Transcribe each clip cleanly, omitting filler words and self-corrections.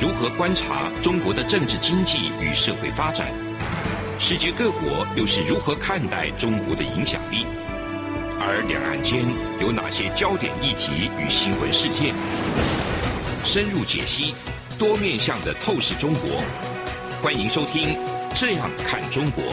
如何观察中国的政治经济与社会发展？世界各国又是如何看待中国的影响力？而两岸间有哪些焦点议题与新闻事件？深入解析，多面向的透视中国。欢迎收听《这样看中国》。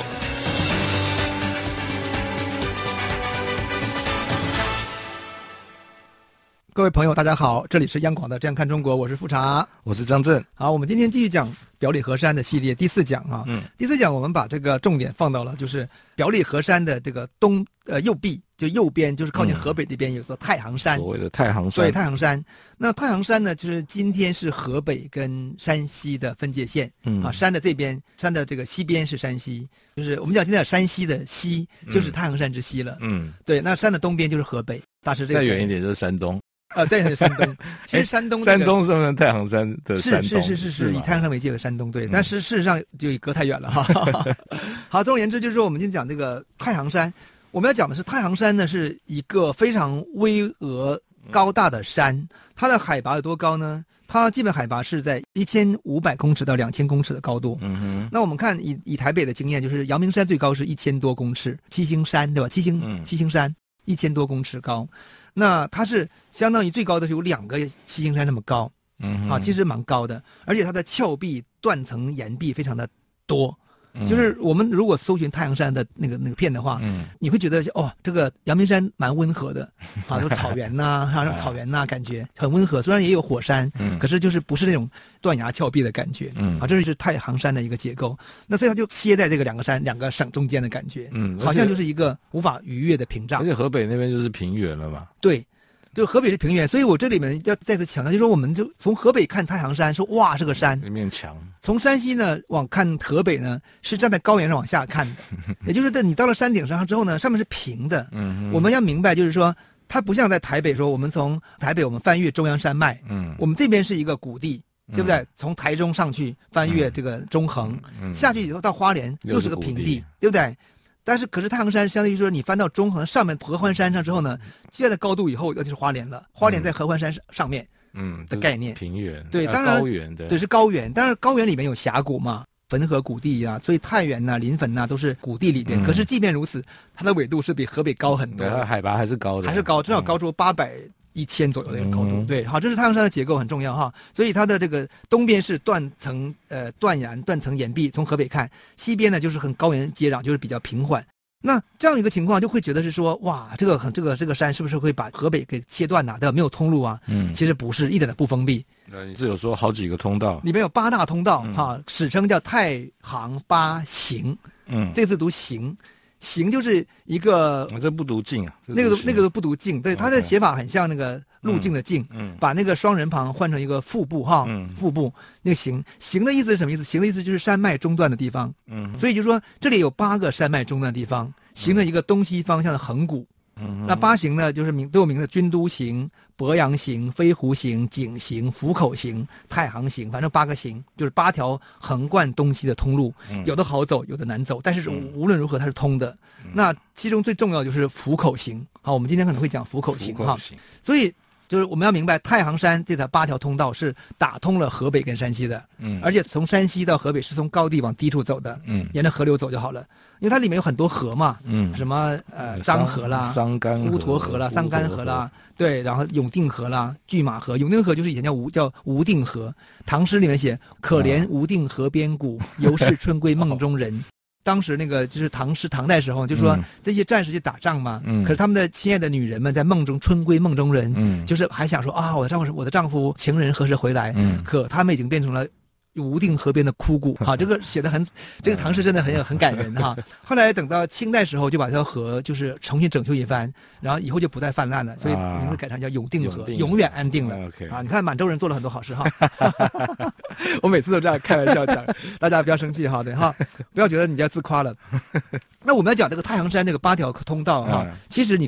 各位朋友大家好，这里是央广的《这样看中国》，我是富察， 我是张震。 好，我们今天继续讲表里河山的系列第4讲啊。第4讲我们把这个重点放到了就是表里河山的这个右壁，就右边就是靠近河北这边有个太行山， 所谓的太行山。 对，太行山。那太行山呢，就是今天是河北跟山西的分界线。山的这边，山的这个西边是山西，就是我们讲现在山西的西就是太行山之西了。对，那山的东边就是河北，大致这个。 再远一点就是山东。 对，山东。其实山东、 山东是不是太行山的山东？ 是以太行山为界的山东，对。但是事实上就隔太远了哈。好，总而言之，就是说我们今天讲这个太行山，我们要讲的是太行山呢，是一个非常巍峨高大的山。它的海拔有多高呢？它基本海拔是在1500公尺到2000公尺的高度。那我们看以台北的经验，就是阳明山最高是1000多公尺，七星山对吧？七星山1000多公尺高。那它是相当于最高的是有2个七星山那么高。其实蛮高的，而且它的峭壁断层岩壁非常的多。就是我们如果搜寻太行山的那个片的话，你会觉得这个阳明山蛮温和的，有草原呐，草原呐，感觉很温和。虽然也有火山，可是就是不是那种断崖峭壁的感觉。这是太行山的一个结构。那所以它就切在这个2个省中间的感觉，好像就是一个无法逾越的屏障。 而且河北那边就是平原了嘛。 对。就河北是平原，所以我这里面要再次强调，就是说我们就从河北看太行山，说哇，这个山一面墙； 从山西呢往看河北呢，是站在高原上往下看的。也就是你到了山顶上之后呢，上面是平的。我们要明白，就是说它不像在台北说，我们从台北我们翻越中央山脉，我们这边是一个谷地，对不对？从台中上去翻越这个中横，下去以后到花莲又是个平地，对不对？但是可是太行山相当于说你翻到中横上面合欢山上之后呢，现在高度以后尤其是花莲了，花莲在合欢山上面的概念， 平原。 对，当然高原的， 对，是高原，当然高原里面有峡谷嘛，汾河谷地啊，所以太原呐、临汾呐都是谷地里边。可是即便如此，它的纬度是比河北高很多， 它的海拔还是高的， 还是高，至少高出1000左右的一个高度。对，好，这是太行山的结构很重要哈。所以它的这个东边是断层岩壁，从河北看；西边呢就是很高原接壤，就是比较平缓。那这样一个情况就会觉得是说，哇，这个山是不是会把河北给切断呐？对吧？没有通路啊。其实不是，一点都不封闭。 你是有说好几个通道，里面有8大通道哈，史称叫太行8行。这次读行。行就是一个， 这不读径啊， 那个不读径，对，它的写法很像那个路径的径，把那个双人旁换成一个腹部哈，腹部那个行的意思是什么意思？行的意思就是山脉中断的地方，所以就说这里有8个山脉中断的地方，形成一个东西方向的横谷。那8行呢，就是都有名的军都行、鄱阳行、飞狐行、井行、府口行、太行行，反正8个行，就是8条横贯东西的通路，有的好走，有的难走，但是无论如何它是通的。那其中最重要的就是府口行。好，我们今天可能会讲府口行哈，所以就是我们要明白太行山这条8条通道是打通了河北跟山西的，而且从山西到河北是从高地往低处走的，沿着河流走就好了，因为它里面有很多河嘛，什么漳河啦、滹沱河啦、桑干河啦，对，然后永定河啦、拒马河，永定河就是以前叫无定河，唐诗里面写可怜无定河边骨，犹是春归梦中人。当时那个就是唐代时候，就说这些战士去打仗嘛，可是他们的亲爱的女人们在梦中春归梦中人，就是还想说啊，我的丈夫情人何时回来？可他们已经变成了无定河边的枯骨。好，这个写的这个唐诗真的很感人哈。后来等到清代时候，就把这条河就是重新整修一番，然后以后就不再泛滥了，所以名字改成叫永定河，永远安定了。你看满洲人做了很多好事哈。我每次都这样开玩笑讲，大家不要生气哈，对哈，不要觉得你要自夸了。那我们要讲这个太行山那个8条通道哈，其实你看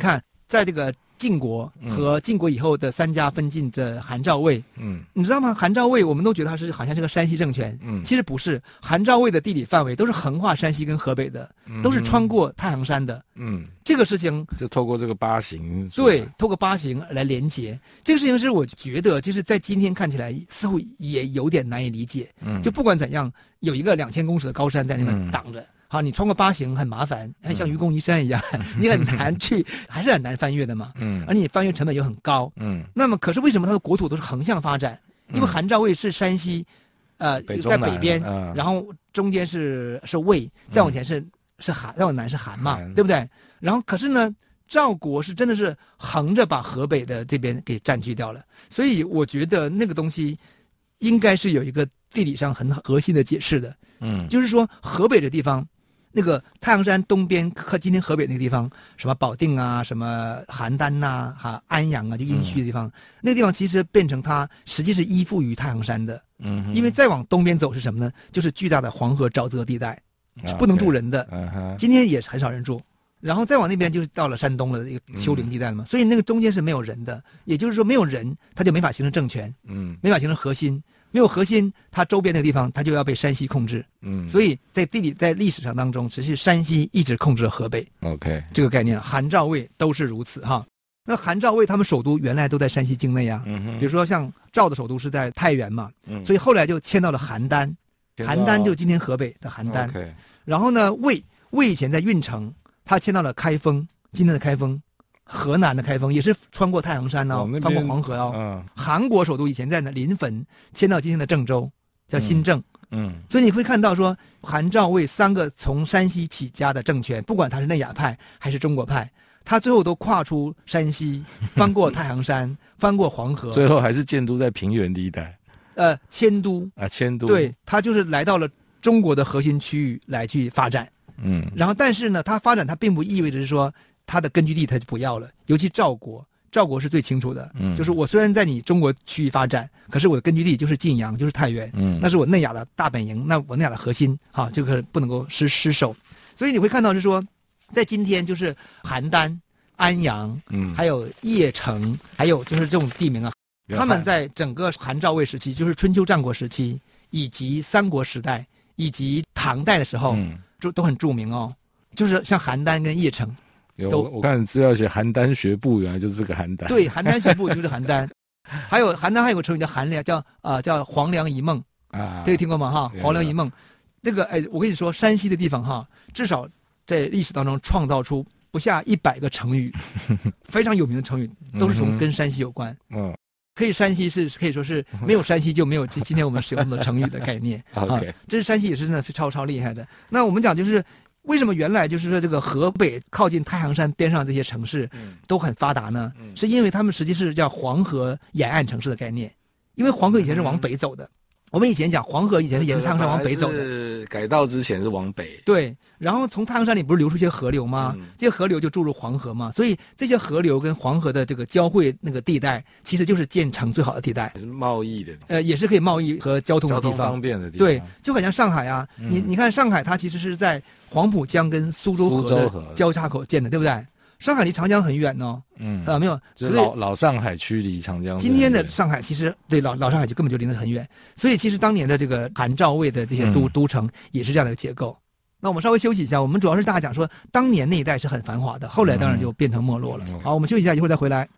在这个晋国和晋国以后的3家分晋的韩赵魏，你知道吗？韩赵魏我们都觉得它好像是个山西政权，其实不是。韩赵魏的地理范围都是横跨山西跟河北的，都是穿过太行山的。这个事情就透过这个八行， 对，透过八行来连结。这个事情是我觉得，就是在今天看起来似乎也有点难以理解。就不管怎样，有一个2000公尺的高山在那边挡着。好，你穿过八行很麻烦，像愚公移山一样，你很难去，还是很难翻越的嘛。而且你翻越成本又很高。那么可是为什么它的国土都是横向发展？因为韩赵魏是山西，在北边，然后中间是魏，再往前是韩，再往南是韩嘛，对不对？然后可是呢，赵国是真的是横着把河北的这边给占据掉了，所以我觉得那个东西应该是有一个地理上很核心的解释的。就是说河北的地方。那个太行山东边和今天河北那个地方，什么保定啊，什么邯郸呐，安阳啊，就殷墟的地方，那个地方其实变成它实际是依附于太行山的。因为再往东边走是什么呢？就是巨大的黄河沼泽地带，是不能住人的。今天也是很少人住。然后再往那边就是到了山东了，一个丘陵地带了嘛，所以那个中间是没有人的，也就是说没有人，它就没法形成政权，没法形成核心。没有核心，它周边那个地方它就要被山西控制。所以在历史上当中，只是山西一直控制了河北。 OK， 这个概念，韩赵魏都是如此哈。那韩赵魏他们首都原来都在山西境内啊，比如说像赵的首都是在太原嘛，所以后来就迁到了邯郸，邯郸就今天河北的邯郸。然后呢，魏以前在运城，他迁到了开封，今天的开封。河南的开封也是穿过太行山哦，翻过黄河哦。韩国首都以前在临汾，迁到今天的郑州，叫新郑。所以你会看到说，韩赵魏3个从山西起家的政权，不管他是内亚派还是中国派，他最后都跨出山西，翻过太行山，翻过黄河， 最后还是建都在平原地带。 迁都啊，迁都。 对，他就是来到了中国的核心区域来去发展。然后但是呢，他发展它并不意味着是说。他的根据地他就不要了，尤其赵国是最清楚的，就是我虽然在你中国区域发展，可是我的根据地就是晋阳，就是太原，那是我内亚的大本营，那我内亚的核心，这个不能够失守。所以你会看到是说，在今天就是邯郸、安阳，还有邺城，还有就是这种地名啊，他们在整个韩赵魏时期，就是春秋战国时期，以及三国时代，以及唐代的时候，都很著名哦，就是像邯郸跟邺城。 我看资料写邯郸学步，原来就是这个邯郸。 对，邯郸学步就是邯郸。还有邯郸还有个成语叫韩良，叫黄粱一梦啊，这个听过吗？哈，黄粱一梦。这个我跟你说，山西的地方哈，至少在历史当中创造出不下100个成语，非常有名的成语，都是跟山西有关。可以山西是可以说是没有山西就没有今天我们使用的成语的概念啊。这是山西也是真的超厉害的。那我们讲就是。为什么原来就是说这个河北靠近太行山边上这些城市都很发达呢？是因为他们实际是叫黄河沿岸城市的概念，因为黄河以前是往北走的。我们以前讲黄河以前是沿着太行山往北走的， 改道之前是往北。 对，然后从太行山里不是流出一些河流吗？这些河流就注入黄河嘛，所以这些河流跟黄河的这个交汇那个地带，其实就是建城最好的地带， 也是贸易的， 也是可以贸易和交通的地方， 交通方便的地方。 对，就很像上海啊，你看上海它其实是在黄浦江跟苏州河的交叉口建的，对不对？上海离长江很远哦，没有， 就是老上海区离长江。 今天的上海其实对老上海就根本就离得很远，所以其实当年的这个韩赵魏的这些都城也是这样的一个结构。那我们稍微休息一下，我们主要是大家讲说当年那一带是很繁华的，后来当然就变成没落了。好，我们休息一下，一会儿再回来。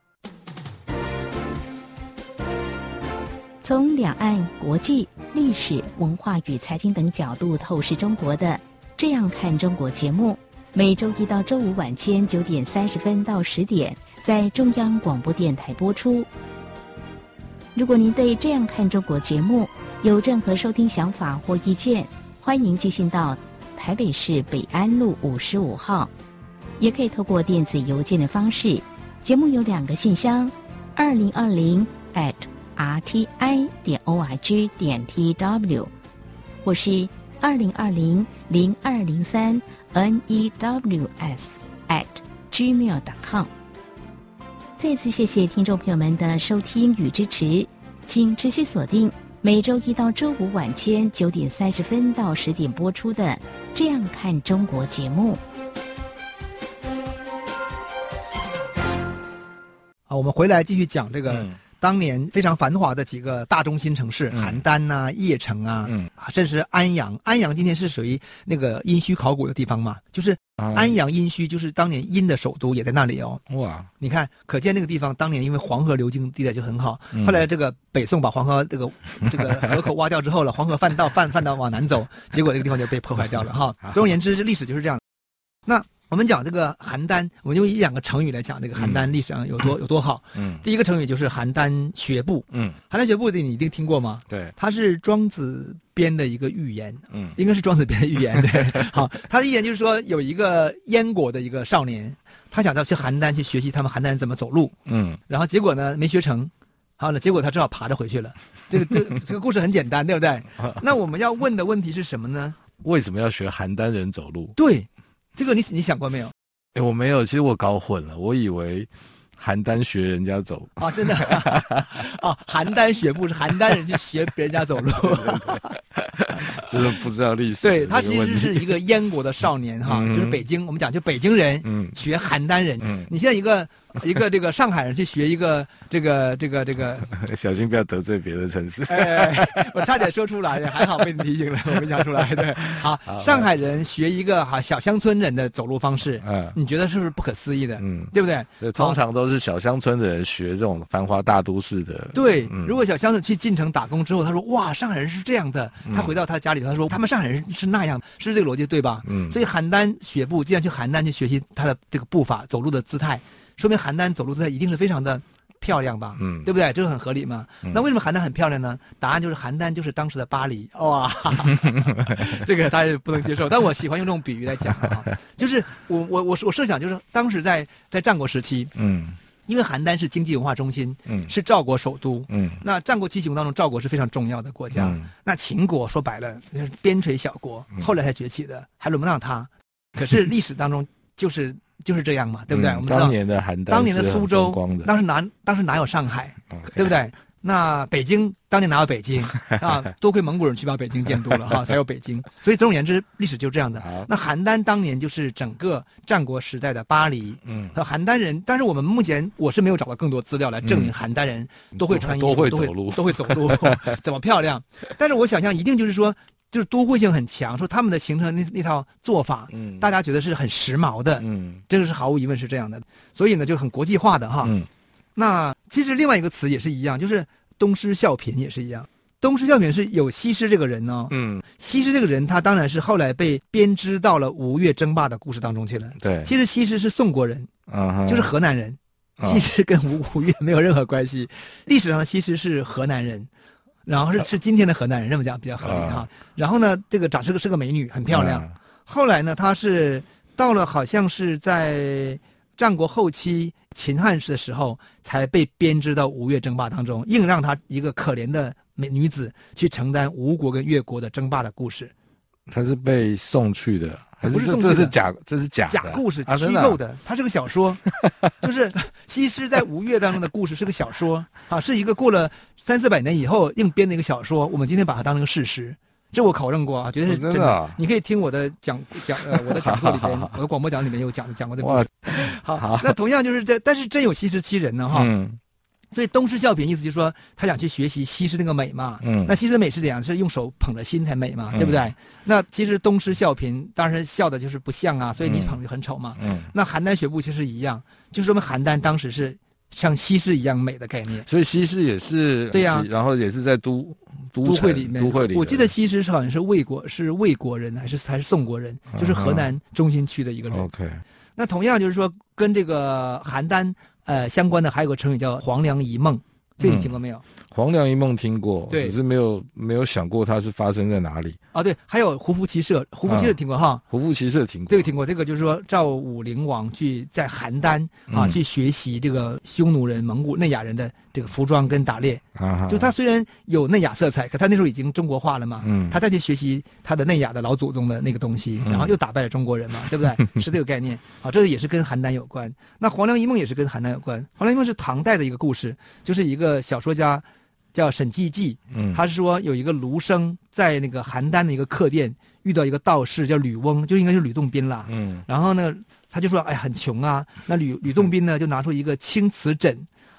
从两岸、国际、历史、文化与财经等角度透视中国的《这样看中国》节目，每周一到周五晚间9点30分到10点，在中央广播电台播出。如果您对《这样看中国》节目有任何收听想法或意见，欢迎寄信到台北市北安路55号，也可以透过电子邮件的方式。节目有2个信箱2020@rti.org.tw 或是2020-0203news@gmail.com。再次谢谢听众朋友们的收听与支持，请持续锁定每周一到周五晚间9点30分到10点播出的《这样看中国》节目。 我们回来继续讲这个。当年非常繁华的几个大中心城市，邯郸啊、邺城啊，甚至安阳。安阳今天是属于那个殷墟考古的地方嘛，就是安阳殷墟，就是当年殷的首都也在那里哦。哇，你看，可见那个地方当年因为黄河流经地带就很好。后来这个北宋把黄河这个河口挖掉之后了，黄河泛道往南走，结果这个地方就被破坏掉了哈。总而言之，历史就是这样。那我们讲这个邯郸，我们用1-2个成语来讲这个邯郸历史上有多好。第一个成语就是邯郸学步。邯郸学步你一定听过吗？ 对， 它是庄子编的一个寓言。应该是庄子编的寓言。对，好，他的寓言就是说有一个燕国的一个少年，他想到去邯郸去学习他们邯郸人怎么走路。然后结果呢没学成，好了，结果他只好爬着回去了。这个故事很简单，对不对？那我们要问的问题是什么呢？ 为什么要学邯郸人走路？ 对。这个你想过没有？ 我没有，其实我搞混了，我以为邯郸学人家走啊，真的啊，邯郸学步是邯郸人去学别人家走路， 真的不知道历史。 对，他其实是一个燕国的少年哈，就是北京，我们讲就北京人学邯郸人。你现在一个这个上海人去学一个这个， 小心不要得罪别的城市。 我差点说出来，还好被你提醒了，我没讲出来。对，好，上海人学一个小乡村人的走路方式，你觉得是不是不可思议的？对不对？ 通常都是小乡村的人学这种繁华大都市的。 对，如果小乡村去进城打工之后，他说哇，上海人是这样的，他回到他家里，他说他们上海人是那样，是这个逻辑对吧？所以邯郸学步，既然去邯郸去学习他的这个步伐、走路的姿态。说明邯郸走路姿态一定是非常的漂亮吧？对不对？这个很合理嘛。那为什么邯郸很漂亮呢？答案就是邯郸就是当时的巴黎。哇，这个大家不能接受，但我喜欢用这种比喻来讲啊，就是我设想就是当时在战国时期，因为邯郸是经济文化中心，是赵国首都，那战国七雄当中赵国是非常重要的国家，那秦国说白了就是边陲小国，后来才崛起的，还轮不到他。可是历史当中就是这样嘛，对不对？我们知道当年的邯郸， 当年的苏州，当时哪有上海，对不对？那北京当年哪有北京啊？多亏蒙古人去把北京建都了哈，才有北京。所以总而言之，历史就是这样的。那邯郸当年就是整个战国时代的巴黎。和邯郸人，但是我们目前我是没有找到更多资料来证明邯郸人都会穿衣服，都会走路，怎么漂亮？但是我想象一定就是说。就是都会性很强，说他们的形成那套做法，大家觉得是很时髦的，这个是毫无疑问是这样的，所以呢就很国际化的哈。那其实另外一个词也是一样，就是东施效颦也是一样。东施效颦是有西施这个人呢，西施这个人他当然是后来被编织到了吴越争霸的故事当中去了。对，其实西施是宋国人，就是河南人，西施跟吴越没有任何关系。历史上的西施是河南人。然后是今天的河南人，这么讲比较合理哈。然后呢，这个是个美女，很漂亮。后来呢，她是到了好像是在战国后期秦汉时的时候，才被编织到吴越争霸当中，硬让她一个可怜的女子去承担吴国跟越国的争霸的故事。 她是被送去的。 不是这是假故事，虚构的。它是个小说，就是西施在吴越当中的故事是个小说啊，是一个过了300-400年以后硬编的一个小说。我们今天把它当成事实，这我考证过啊，绝对是真的。你可以听我的我的讲座里边，我的广播讲里面有讲过这个故事。好，那同样就是但是真有西施欺人呢哈。所以东施效颦意思就是说他想去学习西施那个美嘛，那西施的美是怎样？是用手捧着心才美嘛，对不对？那其实东施效颦当然笑的就是不像啊，所以你捧就很丑嘛。那邯郸学步其实一样，就说明邯魏当时是像西施一样美的概念。 所以西施也是对呀，然后也是在都会里面。我记得西施好像是魏国人还是宋国人，就是河南中心区的一个人。 OK。 那同样就是说跟这个邯郸相关的还有个成语叫黄粱一梦，这你听过没有？ 黄粱一梦听过，只是没有想过它是发生在哪里。 啊，对，还有胡服骑射，胡服骑射听过哈？ 胡服骑射听过， 这个听过。这个就是说赵武灵王去在邯郸去学习这个匈奴人、蒙古、内亚人的这个服装跟打猎。就他虽然有内亚色彩，可他那时候已经中国化了嘛，他再去学习他的内亚的老祖宗的那个东西，然后又打败了中国人嘛，对不对？是这个概念啊，这个也是跟邯郸有关。那黄粱一梦也是跟邯郸有关。黄粱一梦是唐代的一个故事，就是一个小说家叫沈寂寂，他是说有一个儒生在那个邯郸的一个客店遇到一个道士叫吕翁，就应该是吕洞宾啦。然后呢，他就说哎很穷啊，那吕洞宾呢就拿出一个青瓷枕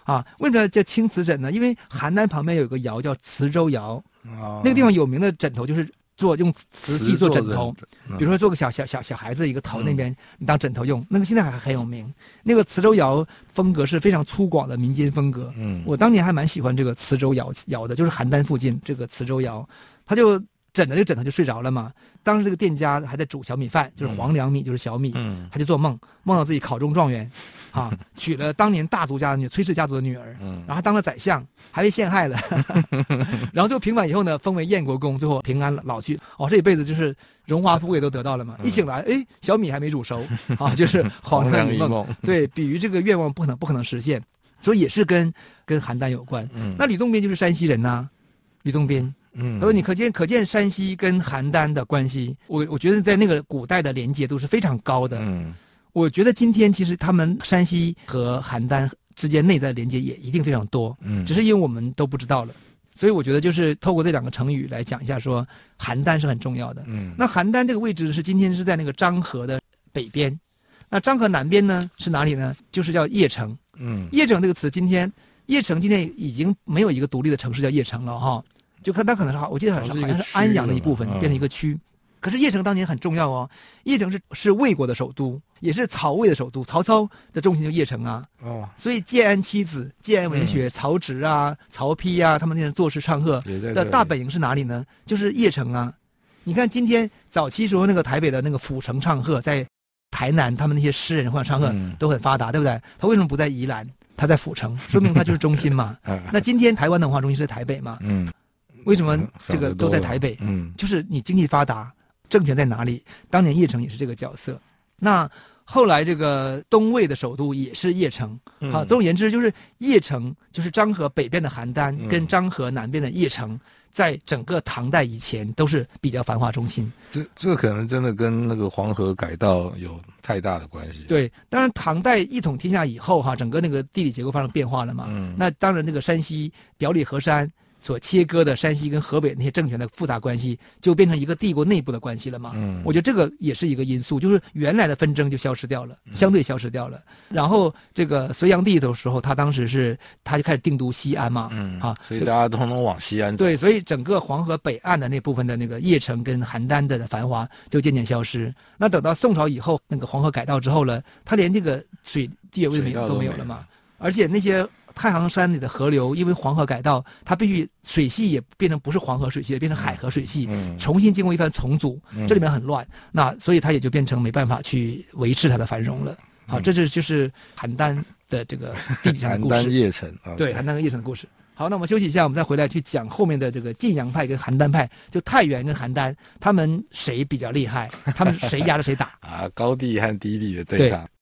啊。为什么叫青瓷枕呢？因为邯郸旁边有个窑叫磁州窑，那个地方有名的枕头就是用瓷器做枕头，比如说做个小孩子一个头那边你当枕头用，那个现在还很有名。那个磁州窑风格是非常粗犷的民间风格。我当年还蛮喜欢这个磁州窑的，就是邯郸附近这个磁州窑，他就枕着这个枕头就睡着了嘛。当时这个店家还在煮小米饭，就是黄粱米，就是小米，他就做梦到自己考中状元，啊，娶了当年大族家的崔氏家族的女儿，然后还当了宰相，还被陷害了，然后最后平反以后呢，封为燕国公，最后平安老去。这一辈子就是荣华富贵都得到了嘛。一醒来，哎，小米还没煮熟，啊，就是黄粱一梦。对，比喻这个愿望不可能实现，所以也是跟邯郸有关。那吕洞宾就是山西人呐，吕洞宾。他说你可见山西跟邯郸的关系，我觉得在那个古代的连接度是非常高的。我觉得今天其实他们山西和邯郸之间内在连接也一定非常多，只是因为我们都不知道了。所以我觉得就是透过这两个成语来讲一下，说邯郸是很重要的。那邯郸这个位置是今天是在那个漳河的北边，那漳河南边呢是哪里呢？就是叫邺城。邺城这个词，邺城今天已经没有一个独立的城市叫邺城了哈。就它可能是我记得好像是安阳的一部分，变成一个区。可是邺城当年很重要哦，邺城是魏国的首都，也是曹魏的首都，曹操的中心就邺城啊。所以建安七子、建安文学、曹植啊、曹丕啊，他们那些作诗唱和的大本营是哪里呢？就是邺城啊。你看今天早期时候那个台北的那个府城唱和，在台南他们那些诗人或者唱和都很发达，对不对？他为什么不在宜兰？他在府城，说明他就是中心嘛。那今天台湾的文化中心是在台北嘛？为什么这个都在台北？就是你经济发达，政权在哪里？当年邺城也是这个角色。那后来这个东魏的首都也是邺城。好，总而言之，就是邺城就是漳河北边的邯郸，跟漳河南边的邺城，在整个唐代以前都是比较繁华中心。 这可能真的跟那个黄河改道有太大的关系。 对，当然唐代一统天下以后整个那个地理结构发生变化了嘛。那当然这个山西表里河山所切割的山西跟河北那些政权的复杂关系，就变成一个帝国内部的关系了嘛。我觉得这个也是一个因素，就是原来的纷争就消失掉了，相对消失掉了。然后这个隋炀帝的时候，他当时他就开始定都西安嘛， 所以大家通通往西安走。 对，所以整个黄河北岸的那部分的那个邺城跟邯郸的繁华就渐渐消失。那等到宋朝以后，那个黄河改道之后呢，他连这个水地位都没有了嘛，而且那些太行山里的河流，因为黄河改道，它必须水系也变成不是黄河水系，变成海河水系，重新经过一番重组，这里面很乱，那所以它也就变成没办法去维持它的繁荣了。好，这就是邯郸的这个地理上的故事。 邯郸邺城， 对，邯郸跟邺城的故事。好，那我们休息一下，我们再回来去讲后面的这个晋阳派跟邯郸派，就太原跟邯郸，他们谁比较厉害？他们谁压着谁打？ 高地和低地的对抗。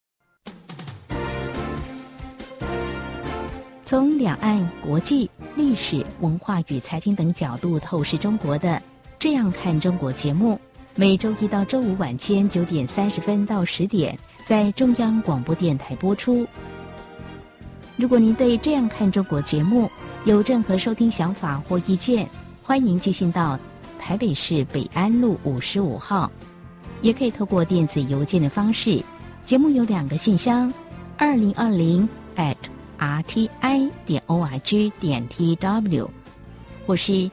从两岸、国际、历史、文化与财经等角度透视中国的《这样看中国》节目，每周一到周五晚间9点30分到10点，在中央广播电台播出。如果您对《这样看中国》节目有任何收听想法或意见，欢迎寄信到台北市北安路55号，也可以透过电子邮件的方式。节目有2个信箱，2020@rti.org.tw 或是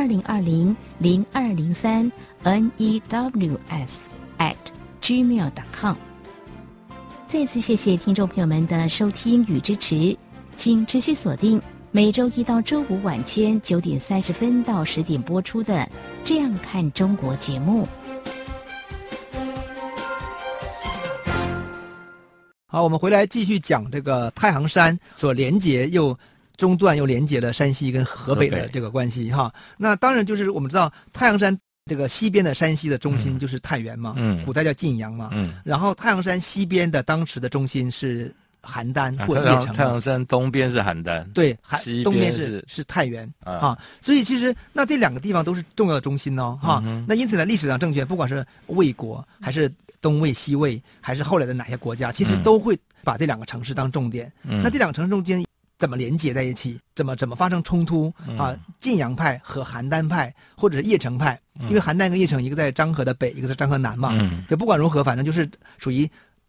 2020-0203-news@gmail.com。再次谢谢听众朋友们的收听与支持，请持续锁定每周一到周五晚间9点30分到10点播出的《这样看中国》节目。 好，我们回来继续讲这个太行山所连接又中断又连接了山西跟河北的这个关系哈。那当然就是我们知道太行山这个西边的山西的中心就是太原嘛，古代叫晋阳嘛，然后太行山西边的当时的中心是邯郸或邺城。 太行山东边是邯郸， 对，东边是太原啊。所以其实那这2个地方都是重要的中心哦哈。那因此呢，历史上政权不管是魏国还是东魏、西魏，还是后来的哪些国家，其实都会把这2个城市当重点。那这2个城市中间怎么连接在一起？怎么发生冲突啊？晋阳派和邯郸派，或者是邺城派，因为邯郸跟邺城一个在漳河的北，一个在漳河南嘛。就不管如何，反正就是属于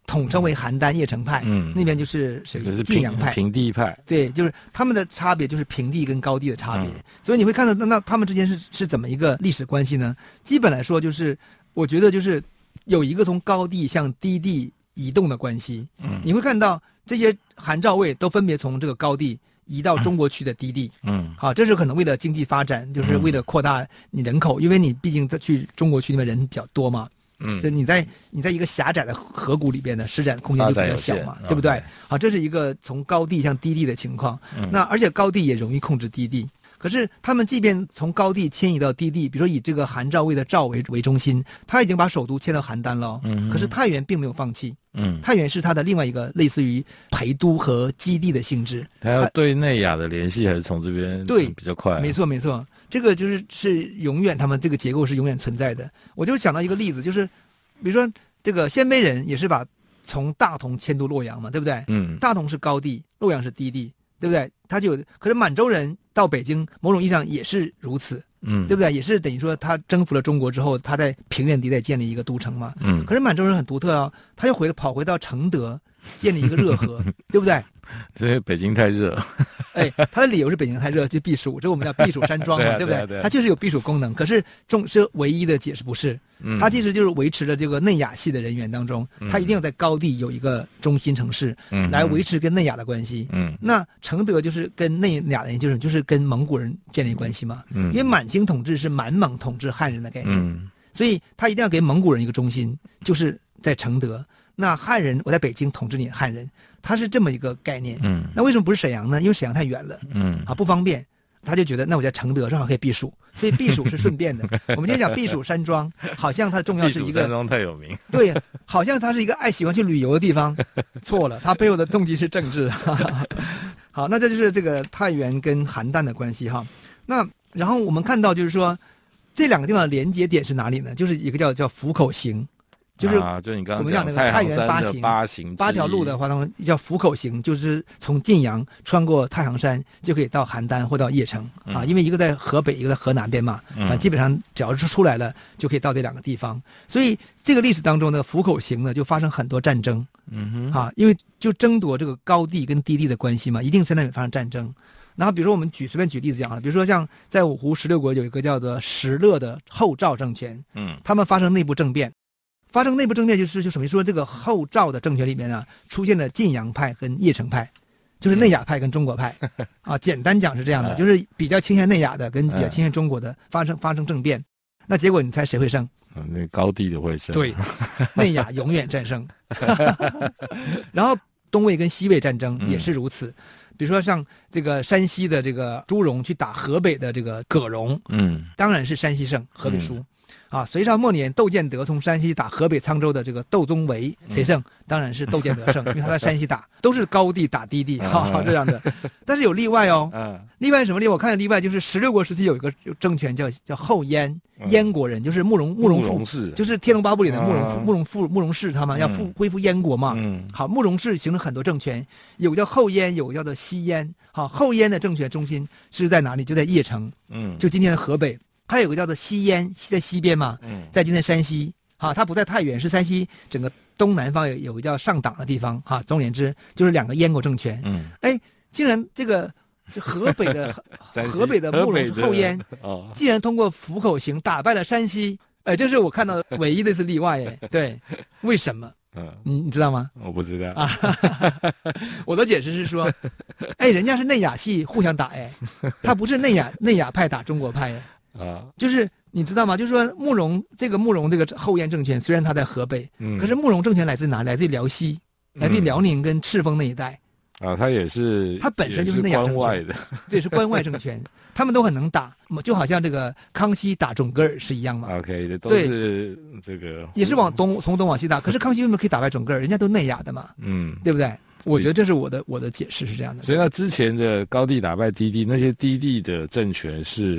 统称为邯郸邺城派，那边就是晋阳派、 平地派。 对，就是他们的差别就是平地跟高地的差别。所以你会看到，那他们之间是怎么一个历史关系呢？基本来说，就是我觉得就是有一个从高地向低地移动的关系。你会看到这些韩赵魏都分别从这个高地移到中国区的低地，好，这是可能为了经济发展，就是为了扩大你人口，因为你毕竟去中国区那边人比较多嘛，就你在一个狭窄的河谷里边的施展空间就比较小嘛，对不对？好，这是一个从高地向低地的情况，那而且高地也容易控制低地。可是他们即便从高地迁移到低地，比如说以这个韩赵魏的赵为中心，他已经把首都迁到邯郸了，可是太原并没有放弃，太原是他的另外一个类似于陪都和基地的性质。 他要对内亚的联系还是从这边对比较快， 没错，这个是永远他们这个结构是永远存在的。我就想到一个例子，就是比如说这个鲜卑人也是把从大同迁都洛阳嘛，对不对？大同是高地，洛阳是低地。对不对？可是满洲人到北京，某种意义上也是如此，对不对？也是等于说他征服了中国之后，他在平原地带建立一个都城嘛，可是满洲人很独特啊，他又跑回到承德建立一个热河，对不对？ 因为北京太热， 他的理由是北京太热，就避暑，这我们叫避暑山庄嘛，对不对？它确实有避暑功能，可是是唯一的解释不是，它其实就是维持了这个内亚系的人员当中，它一定要在高地有一个中心城市，来维持跟内亚的关系。那承德就是跟内亚人就是跟蒙古人建立关系嘛，因为满清统治是满蒙统治汉人的概念，所以他一定要给蒙古人一个中心，就是在承德。那汉人我在北京统治你汉人，他是这么一个概念。那为什么不是沈阳呢？因为沈阳太远了，不方便。他就觉得那我在承德正好可以避暑，所以避暑是顺便的。我们今天讲避暑山庄，好像它重要是一个避暑山庄太有名， 对，好像它是一个喜欢去旅游的地方，错了，它背后的动机是政治。好，那这就是这个太原跟邯郸的关系哈。那然后我们看到就是说，这两个地方的连接点是哪里呢？就是一个叫府口行。就是你刚刚我们讲那个太原八行8条路的话，他们叫府口行，就是从晋阳穿过太行山就可以到邯郸或到邺城啊，因为一个在河北，一个在河南边嘛，反正基本上只要是出来了就可以到这两个地方。所以这个历史当中的府口行呢，就发生很多战争，因为就争夺这个高地跟低地的关系嘛，一定在那里发生战争。然后比如说我们随便举例子讲了，比如说像在五胡16国有一个叫做石勒的后赵政权，他们发生内部政变。发生内部政变就什么说这个后赵的政权里面呢，出现了晋阳派跟邺城派，就是内亚派跟中国派啊。简单讲是这样的，就是比较倾向内亚的跟比较倾向中国的发生政变。那结果你猜谁会胜？ 那高地的会胜。 对，内亚永远战胜。然后东魏跟西魏战争也是如此。比如说像这个山西的这个朱荣去打河北的这个葛荣，当然是山西胜，河北输。隋朝末年，窦建德从山西打河北沧州的这个窦宗维，谁胜？当然是窦建德胜，因为他在山西打，都是高地打低地，这样的。但是有例外哦，例外什么例外？我看见例外就是16国时期有一个政权叫后燕，燕国人，就是慕容复，就是《天龙八部》里的慕容氏，他们要恢复燕国嘛。好，慕容氏形成很多政权，有个叫后燕，有个叫做西燕。好，后燕的政权中心是在哪里？就在邺城，就今天的河北。还有个叫做西燕，在西边嘛，在今天山西，它不在太原，是山西整个东南方有个叫上党的地方，总而言之就是两个燕国政权。竟然这个河北的慕容后燕，竟然通过府口行打败了山西，这是我看到唯一的一次例外。对，为什么？你知道吗？ 我不知道我的解释是说，人家是内亚系互相打，他不是内亚派打中国派。就是你知道吗？就是说慕容这个后燕政权，虽然他在河北，可是慕容政权来自哪？来自于辽西，来自于辽宁跟赤峰那一带。他本身就是内亚政权，对，是关外政权，他们都很能打，就好像这个康熙打准噶尔是一样嘛。 OK， 都是这个也是从东往西打，可是康熙为什么可以打败准噶尔？人家都内亚的嘛，对不对？我觉得这是我的解释是这样的。 所以那之前的高地打败低地，那些低地的政权是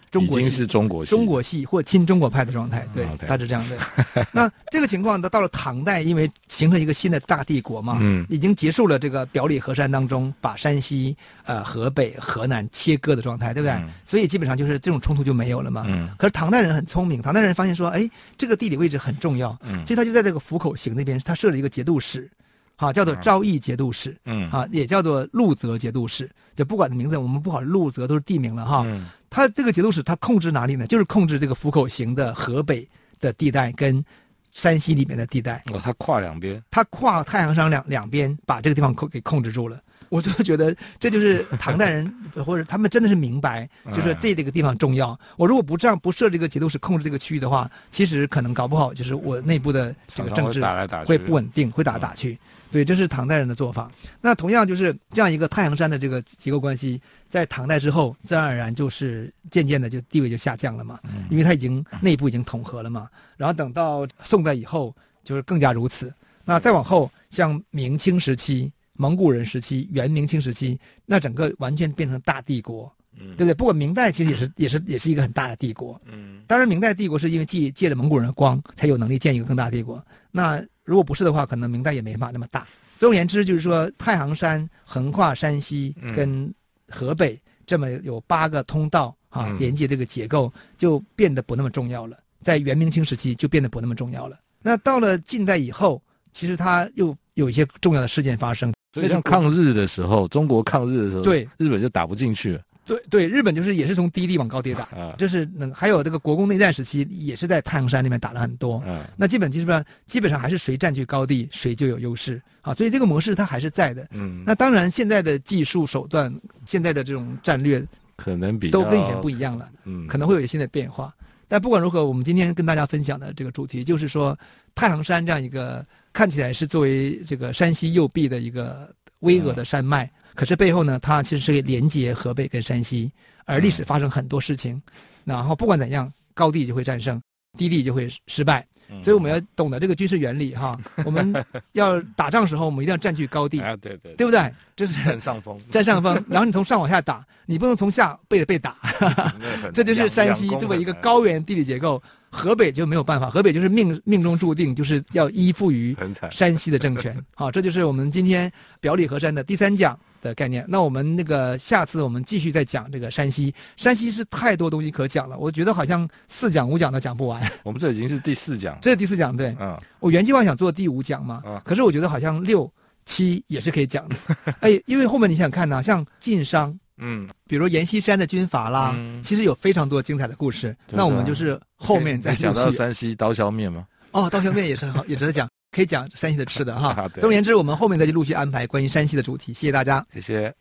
中国系， 已经是中国系或亲中国派的状态，对，大致这样的。那这个情况到了唐代，因为形成一个新的大帝国嘛，已经结束了这个表里河山当中把山西、河北、河南切割的状态，对不对？所以基本上就是这种冲突就没有了嘛。可是唐代人很聪明，唐代人发现说，哎，这个地理位置很重要，所以他就在这个府口陉那边，他设了一个节度使。叫做昭义节度使，也叫做陆泽节度使，就不管的名字，我们不好，陆泽都是地名了哈。他这个节度使他控制哪里呢？就是控制这个府口陉的河北的地带跟山西里面的地带。 他跨两边， 他跨太行山两边，把这个地方给控制住了。我就觉得这就是唐代人或者他们真的是明白，就是这个地方重要。我如果不设这个节度使控制这个区域的话，其实可能搞不好就是我内部的这个政治会不稳定，会打来打去。对，这是唐代人的做法。那同样就是这样一个太行山的这个结构关系，在唐代之后，自然而然就是渐渐的就地位就下降了嘛，因为它已经内部已经统合了嘛。然后等到宋代以后，就是更加如此。那再往后，像明清时期、蒙古人时期、元明清时期，那整个完全变成大帝国，对不对？不过明代其实也是一个很大的帝国。当然明代帝国是因为借了蒙古人的光，才有能力建一个更大的帝国。那如果不是的话，可能明代也没法那么大。总而言之，就是说太行山横跨山西跟河北，这么有8个通道连接这个结构，就变得不那么重要了。在元明清时期就变得不那么重要了。那到了近代以后，其实它又有一些重要的事件发生。 所以像抗日的时候，中国抗日的时候， 对， 日本就打不进去了。 对，日本就是也是从低地往高地打，就是还有这个国共内战时期也是在太行山那边打了很多，那基本上还是谁占据高地谁就有优势啊，所以这个模式它还是在的。那当然现在的技术手段，现在的这种战略可能都跟以前不一样了，可能会有新的变化。但不管如何，我们今天跟大家分享的这个主题就是说，太行山这样一个看起来是作为这个山西右臂的一个巍峨的山脉。可是背后呢，它其实是连接河北跟山西，而历史发生很多事情，然后不管怎样，高地就会战胜，低地就会失败，所以我们要懂得这个军事原理哈。我们要打仗的时候，我们一定要占据高地，对不对？就是占上风， 然后你从上往下打，你不能从下背着被打，这就是山西作为一个高原地理结构。河北就没有办法，河北就是命中注定，就是要依附于山西的政权。好，这就是我们今天表里河山的第3讲的概念。那我们下次我们继续再讲这个山西。山西是太多东西可讲了，我觉得好像4讲5讲都讲不完。 我们这已经是第4讲， 这是第4讲，对。我原计划想做第5讲嘛，可是我觉得好像6、7也是可以讲的。因为后面你想想看呢，像晋商。比如阎锡山的军阀啦，其实有非常多精彩的故事。那我们就是后面再讲到山西刀削面吗？ 刀削面也是很好，也值得讲，可以讲山西的吃的哈。总而言之，我们后面再去陆续安排关于山西的主题。谢谢大家， 谢谢。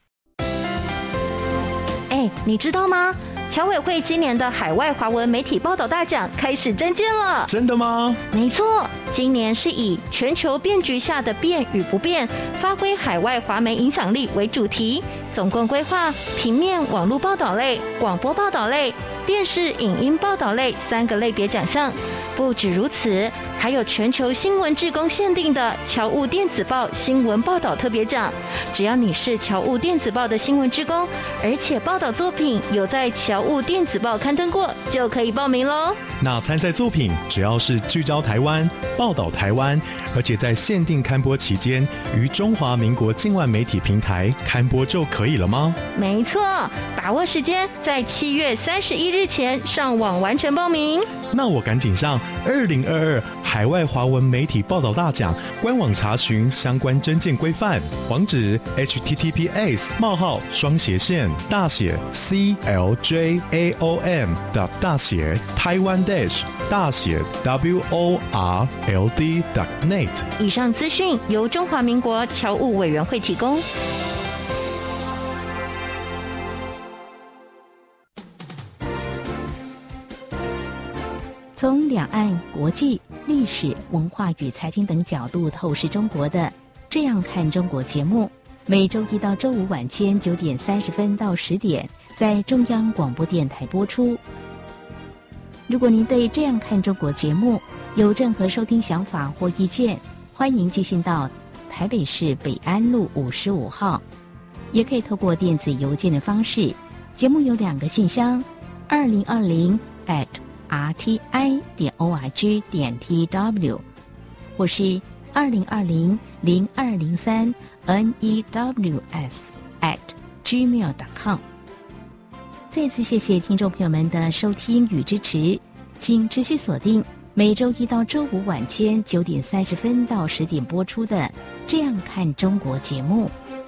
你知道吗？侨委会今年的海外华文媒体报道大奖开始征件了。 真的吗？ 没错，今年是以全球变局下的变与不变，发挥海外华媒影响力为主题，总共规划平面、网络报道类、广播报道类、电视影音报道类3个类别奖项。不止如此，还有全球新闻志工限定的侨务电子报新闻报道特别奖。只要你是侨务电子报的新闻志工，而且报道作品有在侨务电子报刊登过，就可以报名咯。 那参赛作品只要是聚焦台湾、报道台湾，而且在限定刊播期间于中华民国境外媒体平台刊播就可以了吗？ 没错，把握时间，在7月31日前上网完成报名。 那我赶紧上2022海外华文媒体报道大奖官网查询相关征件规范，网址 https://CLJAOM.CLJTaiwan-world.net。 以上资讯由中华民国侨务委员会提供。从两岸、国际、历史、文化与财经等角度透视中国的《这样看中国》节目，每周一到周五晚间9点30分到10点在中央广播电台播出。如果您对《这样看中国》节目有任何收听想法或意见，欢迎寄信到台北市北安路55号，也可以透过电子邮件的方式。节目有2个信箱， 2020@rti.org.tw， 或是2020-0203-news@gmail.com。 再次谢谢听众朋友们的收听与支持，请持续锁定每周一到周五晚间9点30分到10点播出的《这样看中国》节目。